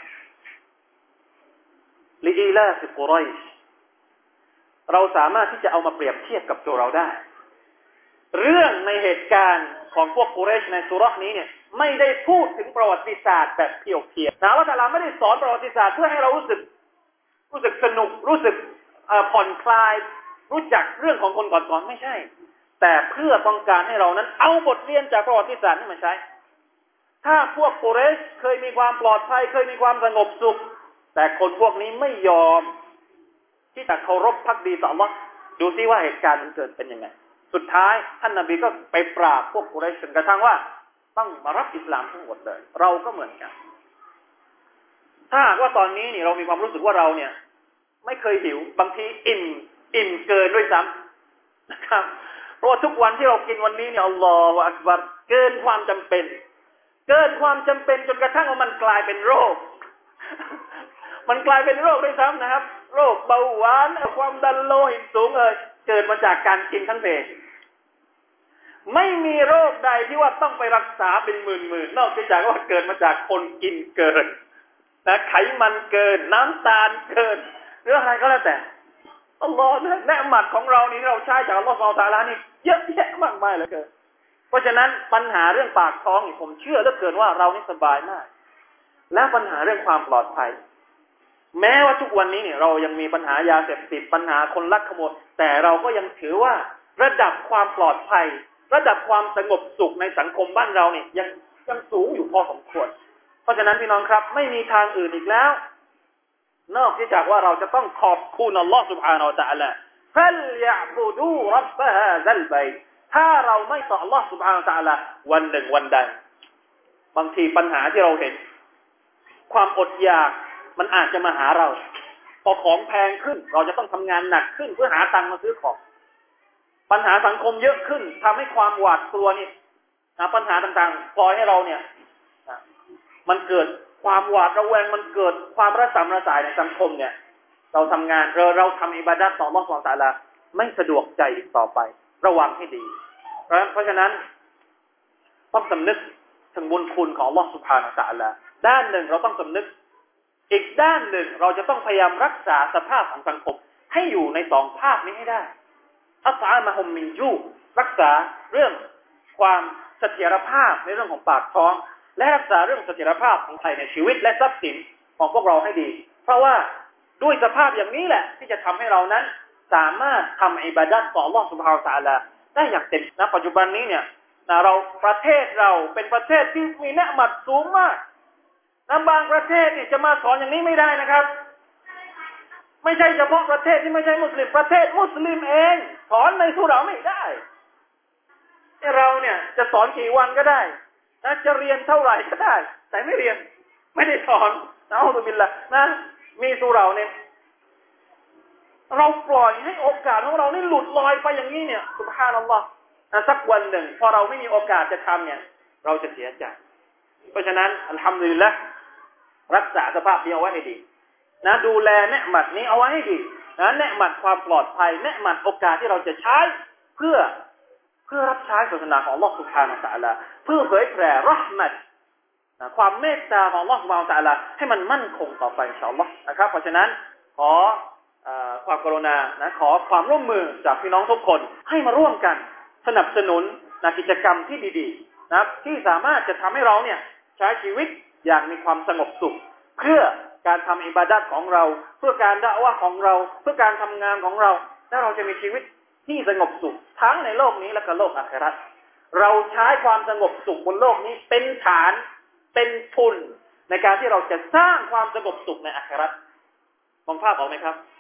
ลิอีลาฟิกุรอยชเราสามารถที่จะเอามาเปรียบเทียบกับตัวเราได้เรื่องในเหตุการณ์ของพวกกุเรชในซูเราะห์นี้เนี่ยไม่ได้พูดถึงประวัติศาสตร์แบบเพียวๆนะว่าแต่เราไม่ได้สอนประวัติศาสตร์เพื่อให้เรารู้สึกสนุกรู้สึกผ่อนคลายรู้จักเรื่องของคนก่อนๆไม่ใช่แต่เพื่อต้องการให้เรานั้นเอาบทเรียนจากประวัติศาสตร์นี้มาใช้ถ้าพวกกุเรชเคยมีความปลอดภัยเคยมีความสงบสุขแต่คนพวกนี้ไม่ยอมที่จะเคารพภักดีต่ออัลเลาะห์ดูซิว่าเหตุการณ์มันเกิดเป็นยังไงสุดท้ายท่านนบีก็ไปปราบพวกกุเรชจนกระทั่งว่าต้องมารับอิสลามทั้งหมดเลยเราก็เหมือนกันถ้าว่าตอนนี้นี่เรามีความรู้สึกว่าเราเนี่ยไม่เคยหิวบางทีอิ่มเกินด้วยซ้ำนะครับเพราะว่าทุกวันที่เรากินวันนี้เนี่ยอัลลอฮฺอักบัรเกินความจำเป็นจนกระทั่งว่ามันกลายเป็นโรคมันกลายเป็นโรคด้วยซ้ำนะครับโรคเบาหวานความดันโลหิตสูงเกิดมาจากการกินทั้งเพไม่มีโรคใดที่ว่าต้องไปรักษาเป็นหมื่นนอกจากว่าเกิดมาจากคนกินเกินนะไขมันเกินน้ำตาลเกินหรืออะไรก็แล้วแต่อัลลอฮ์เนี่ยนิอ์มัตของเรานี่เราใช้จากอัลลอฮ์ซุบฮานะฮูวะตะอาลานี่เยอะแยะมากมายเหลือเกินเพราะฉะนั้นปัญหาเรื่องปากท้องนี่ผมเชื่อเหลือเกินว่าเรานี่สบายมากและปัญหาเรื่องความปลอดภัยแม้ว่าทุกวันนี้เนี่ยเรายังมีปัญหายาเสพติดปัญหาคนลักขโมยแต่เราก็ยังถือว่าระดับความปลอดภัยระดับความสงบสุขในสังคมบ้านเราเนี่ยยังสูงอยู่พอสมควรเพราะฉะนั้นพี่น้องครับไม่มีทางอื่นอีกแล้วนอกจากว่าเราจะต้องขอบคุณอัลลอฮฺ سبحانه และ تعالى ฟัลยะบุดูร็อบฮาซัลบัยถ้าเราไม่ต่ออัลลอฮฺ سبحانه และ تعالى วันหนึ่งวันใดบางทีปัญหาที่เราเห็นความอดอยากมันอาจจะมาหาเราพอของแพงขึ้นเราจะต้องทำงานหนักขึ้นเพื่อหาตังค์มาซื้อของปัญหาสังคมเยอะขึ้นทำให้ความหวาดกลัวนี่ปัญหาต่างๆปล่อยให้เราเนี่ยมันเกิดความหวาดระแวงมันเกิดความระสำระสายในสังคมเนี่ยเราทำงานเราทำอิบาดะห์ต่ออัลเลาะห์ซุบฮานะฮูวะตะอาลาไม่สะดวกใจอีกต่อไประวังให้ดีเพราะฉะนั้นต้องสำนึกถึงบุญคุณของอัลเลาะห์ซุบฮานะฮูวะตะอาลาด้านหนึ่งเราต้องสำนึกอีกด้านหนึ่งเราจะต้องพยายามรักษาสภาพของสังคมให้อยู่ในสองภาพนี้ให้ได้อัตอามะฮุมมินญูรักษาเรื่องความเสถียรภาพในเรื่องของปากท้องและรักษาเรื่องเสถียรภาพของไทยในชีวิตและทรัพย์สินของพวกเราให้ดีเพราะว่าด้วยสภาพอย่างนี้แหละที่จะทำให้เรานั้นสามารถทำอิบาดะห์ต่ออัลเลาะห์ซุบฮานะฮูวะตะอาลาได้อย่างเต็มนะปัจจุบันนี้เนี่ยเราประเทศเราเป็นประเทศที่มีเนืมัดสูงมากบางประเทศนี่จะมาสอนอย่างนี้ไม่ได้นะครับไม่ใช่เฉพาะประเทศที่ไม่ใช่มุสลิมประเทศมุสลิมเองสอนในสุเราไม่ได้เราเนี่ยจะสอนกี่วันก็ได้จะเรียนเท่าไหร่ก็ได้แต่ไม่เรียนไม่ได้สอนนะอัลลอฮฺบิลละนะมีสุเราเนี่ยเราปล่อยให้โอกาสของเรานี่หลุดลอยไปอย่างนี้เนี่ยซุบฮานัลลอฮ์สักวันหนึ่งพอเราไม่มีโอกาสจะทำเนี่ยเราจะเสียใจเพราะฉะนั้นอัลฮัมดุลิลละห์รักษาสภาพนี้เอาไว้ให้ดีนะดูแลเนืมัดนี้เอาไว้ให้ดีนะเนืมัดความปลอดภัยเนืมัดโอกาสที่เราจะใช้เพื่อรับใช้ศาสนาของอัลเลาะห์ซุบฮานะฮูวะตะอาลาเพื่อเผยแผ่เราะห์มัตความเมตตาของอัลเลาะห์ซุบฮานะฮูวะตะอาลาให้มันมั่นคงต่อไปอินชาอัลเลาะห์นะครับเพราะฉะนั้นขอความกรุณานะขอความร่วมมือจากพี่น้องทุกคนให้มาร่วมกันสนับสนุนกิจกรรมที่ดีๆนะที่สามารถจะทำให้เราเนี่ยใช้ชีวิตอย่างมีความสงบสุขเพื่อการทำอิบาดะห์ของเราเพื่อการดะอ์วะห์ของเราเพื่อการทำงานของเราและเราจะมีชีวิตที่สงบสุขทั้งในโลกนี้และก็โลกอาคิเราะห์เราใช้ความสงบสุขบนโลกนี้เป็นฐานเป็นทุนในการที่เราจะสร้างความสงบสุขในอาคิเราะห์มองภาพออกไหมครับ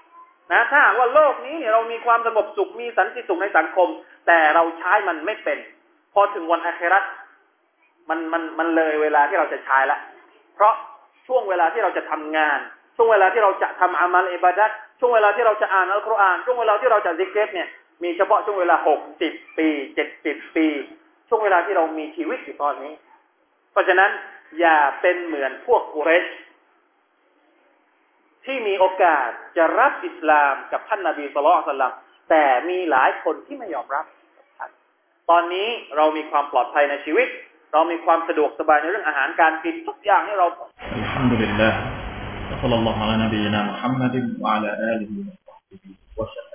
นะถ้าว่าโลกนี้เนี่ยเรามีความสงบสุขมีสันติสุขในสังคมแต่เราใช้มันไม่เป็นพอถึงวันอาคิเราะห์มันเลยเวลาที่เราจะใช้ละเพราะช่วงเวลาที่เราจะทำงานช่วงเวลาที่เราจะทำอามัลอิบาดัตช่วงเวลาที่เราจะอ่านอัลกุรอานช่วงเวลาที่เราจะซิกร์เนี่ยมีเฉพาะช่วงเวลา60ปี70ปีช่วงเวลาที่เรามีชีวิตอยู่ตอนนี้เพราะฉะนั้นอย่าเป็นเหมือนพวกกุเรชที่มีโอกาสจะรับอิสลามกับท่านนบีศ็อลลัลลอฮุอะลัยฮิวะซัลลัมแต่มีหลายคนที่ไม่ยอมรับตอนนี้เรามีความปลอดภัยในชีวิตเรามีความสะดวกสบายในเรื่องอาหารการกินทุกอย่างให้เราอัลฮัมดุลิลลาฮ์ صلى الله على نبينا محمد وعلى آله وصحبه وسلم